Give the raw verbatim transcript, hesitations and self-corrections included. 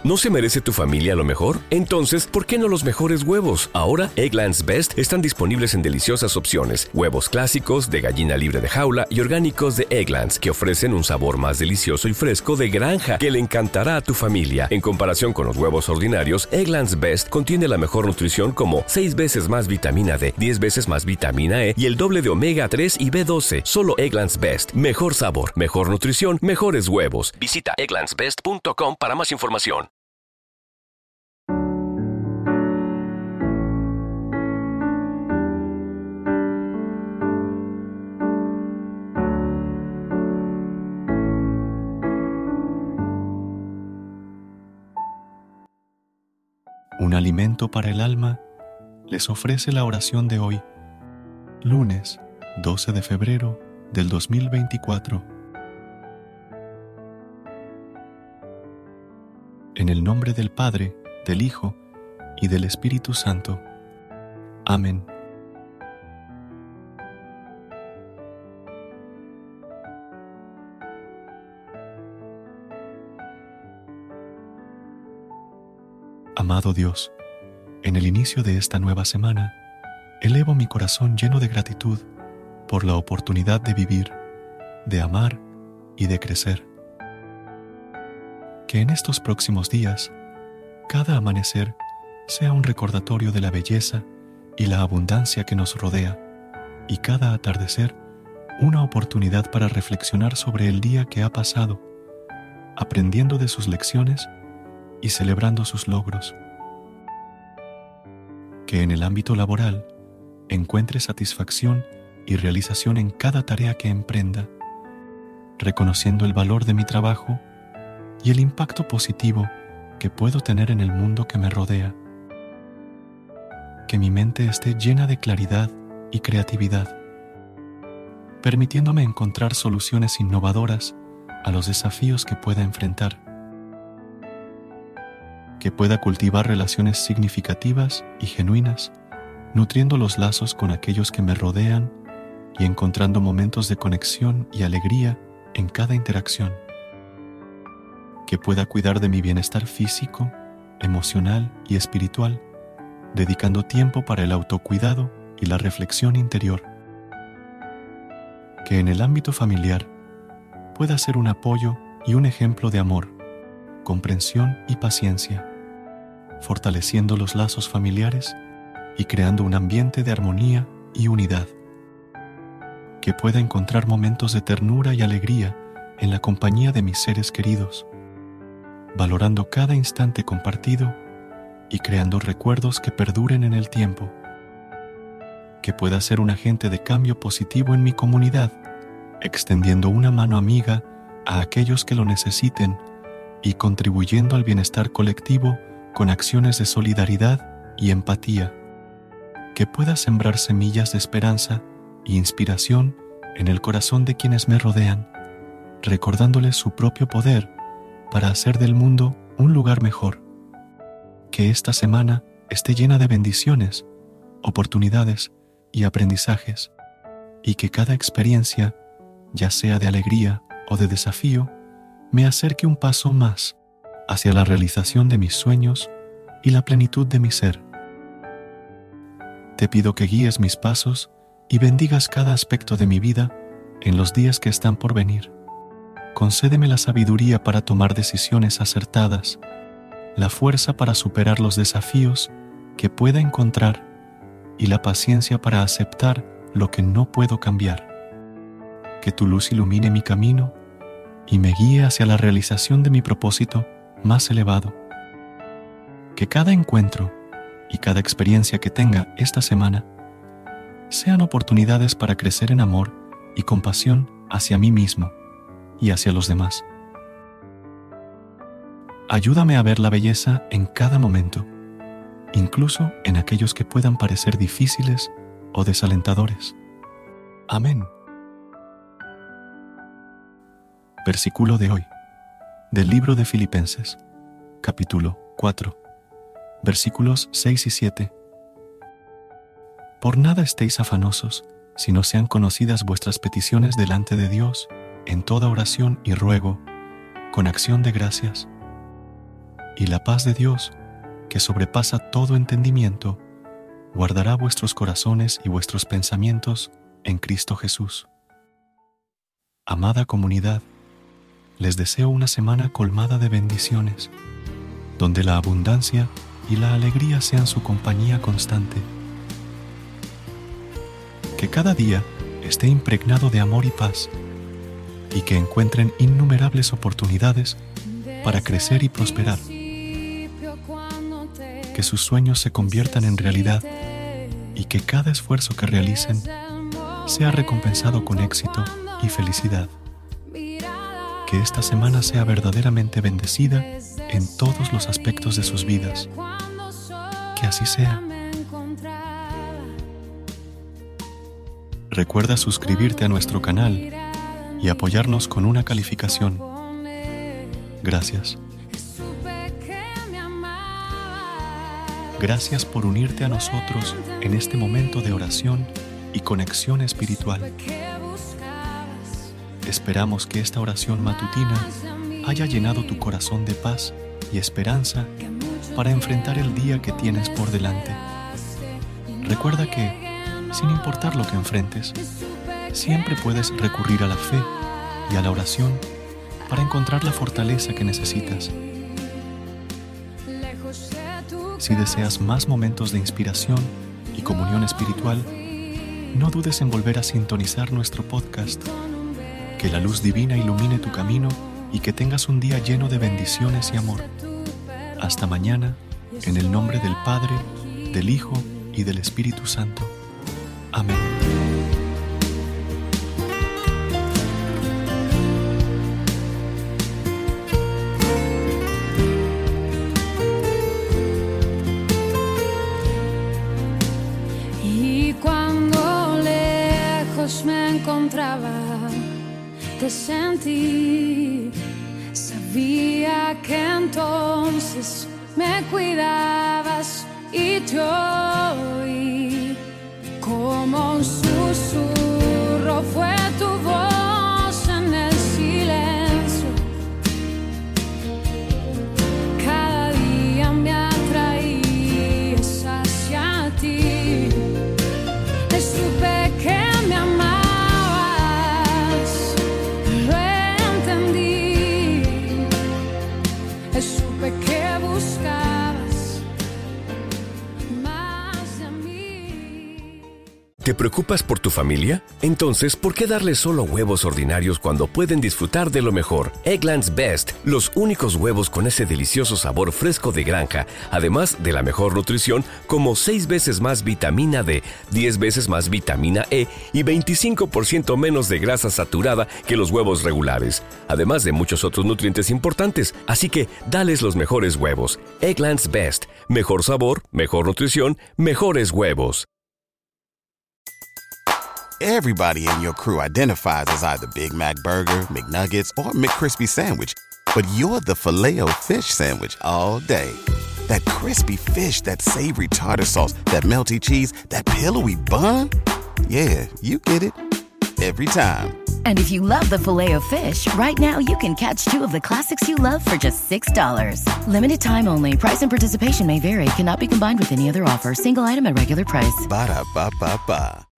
¿No se merece tu familia lo mejor? Entonces, ¿por qué no los mejores huevos? Ahora, Eggland's Best están disponibles en deliciosas opciones. Huevos clásicos, de gallina libre de jaula y orgánicos de Eggland's, que ofrecen un sabor más delicioso y fresco de granja que le encantará a tu familia. En comparación con los huevos ordinarios, Eggland's Best contiene la mejor nutrición como seis veces más vitamina D, diez veces más vitamina E y el doble de omega tres y B doce. Solo Eggland's Best. Mejor sabor, mejor nutrición, mejores huevos. Visita egglands best punto com para más información. Un alimento para el alma les ofrece la oración de hoy, lunes doce de febrero del dos mil veinticuatro. En el nombre del Padre, del Hijo y del Espíritu Santo. Amén. Amado Dios, en el inicio de esta nueva semana, elevo mi corazón lleno de gratitud por la oportunidad de vivir, de amar y de crecer. Que en estos próximos días, cada amanecer sea un recordatorio de la belleza y la abundancia que nos rodea, y cada atardecer una oportunidad para reflexionar sobre el día que ha pasado, aprendiendo de sus lecciones y celebrando sus logros. Que en el ámbito laboral encuentre satisfacción y realización en cada tarea que emprenda, reconociendo el valor de mi trabajo y el impacto positivo que puedo tener en el mundo que me rodea. Que mi mente esté llena de claridad y creatividad, permitiéndome encontrar soluciones innovadoras a los desafíos que pueda enfrentar. Que pueda cultivar relaciones significativas y genuinas, nutriendo los lazos con aquellos que me rodean y encontrando momentos de conexión y alegría en cada interacción. Que pueda cuidar de mi bienestar físico, emocional y espiritual, dedicando tiempo para el autocuidado y la reflexión interior. Que en el ámbito familiar pueda ser un apoyo y un ejemplo de amor, comprensión y paciencia, fortaleciendo los lazos familiares y creando un ambiente de armonía y unidad. Que pueda encontrar momentos de ternura y alegría en la compañía de mis seres queridos, valorando cada instante compartido y creando recuerdos que perduren en el tiempo. Que pueda ser un agente de cambio positivo en mi comunidad, extendiendo una mano amiga a aquellos que lo necesiten y contribuyendo al bienestar colectivo con acciones de solidaridad y empatía. Que pueda sembrar semillas de esperanza e inspiración en el corazón de quienes me rodean, recordándoles su propio poder para hacer del mundo un lugar mejor. Que esta semana esté llena de bendiciones, oportunidades y aprendizajes, y que cada experiencia, ya sea de alegría o de desafío, me acerque un paso más hacia la realización de mis sueños y la plenitud de mi ser. Te pido que guíes mis pasos y bendigas cada aspecto de mi vida en los días que están por venir. Concédeme la sabiduría para tomar decisiones acertadas, la fuerza para superar los desafíos que pueda encontrar y la paciencia para aceptar lo que no puedo cambiar. Que tu luz ilumine mi camino y me guíe hacia la realización de mi propósito más elevado. Que cada encuentro y cada experiencia que tenga esta semana sean oportunidades para crecer en amor y compasión hacia mí mismo y hacia los demás. Ayúdame a ver la belleza en cada momento, incluso en aquellos que puedan parecer difíciles o desalentadores. Amén. Versículo de hoy, del libro de Filipenses, capítulo cuatro, versículos seis y siete. Por nada estéis afanosos, si no sean conocidas vuestras peticiones delante de Dios, en toda oración y ruego, con acción de gracias. Y la paz de Dios, que sobrepasa todo entendimiento, guardará vuestros corazones y vuestros pensamientos en Cristo Jesús. Amada comunidad, les deseo una semana colmada de bendiciones, donde la abundancia y la alegría sean su compañía constante. Que cada día esté impregnado de amor y paz, y que encuentren innumerables oportunidades para crecer y prosperar. Que sus sueños se conviertan en realidad y que cada esfuerzo que realicen sea recompensado con éxito y felicidad. Que esta semana sea verdaderamente bendecida en todos los aspectos de sus vidas. Que así sea. Recuerda suscribirte a nuestro canal y apoyarnos con una calificación. Gracias. Gracias por unirte a nosotros en este momento de oración y conexión espiritual. Esperamos que esta oración matutina haya llenado tu corazón de paz y esperanza para enfrentar el día que tienes por delante. Recuerda que, sin importar lo que enfrentes, siempre puedes recurrir a la fe y a la oración para encontrar la fortaleza que necesitas. Si deseas más momentos de inspiración y comunión espiritual, no dudes en volver a sintonizar nuestro podcast. Que la luz divina ilumine tu camino y que tengas un día lleno de bendiciones y amor. Hasta mañana, en el nombre del Padre, del Hijo y del Espíritu Santo. Amén. Y cuando lejos me encontraba, te sentí, sabía que entonces me cuidabas y te oí. Como un susurro fue tu voz en el silencio. Cada día me atraías hacia ti. Te supe que me amabas. Supe que buscabas más de mí. ¿Te preocupas por tu familia? Entonces, ¿por qué darles solo huevos ordinarios cuando pueden disfrutar de lo mejor? Eggland's Best, los únicos huevos con ese delicioso sabor fresco de granja, además de la mejor nutrición, como seis veces más vitamina D, diez veces más vitamina E y veinticinco por ciento menos de grasa saturada que los huevos regulares, además de muchos otros nutrientes importantes. Así que, dales los mejores huevos. Eggland's Best, mejor sabor, mejor nutrición, mejores huevos. Everybody in your crew identifies as either Big Mac Burger, McNuggets, or McCrispy Sandwich. But you're the Filet-O-Fish Sandwich all day. That crispy fish, that savory tartar sauce, that melty cheese, that pillowy bun. Yeah, you get it. Every time. And if you love the Filet-O-Fish, right now you can catch two of the classics you love for just six dollars. Limited time only. Price and participation may vary. Cannot be combined with any other offer. Single item at regular price. Ba-da-ba-ba-ba.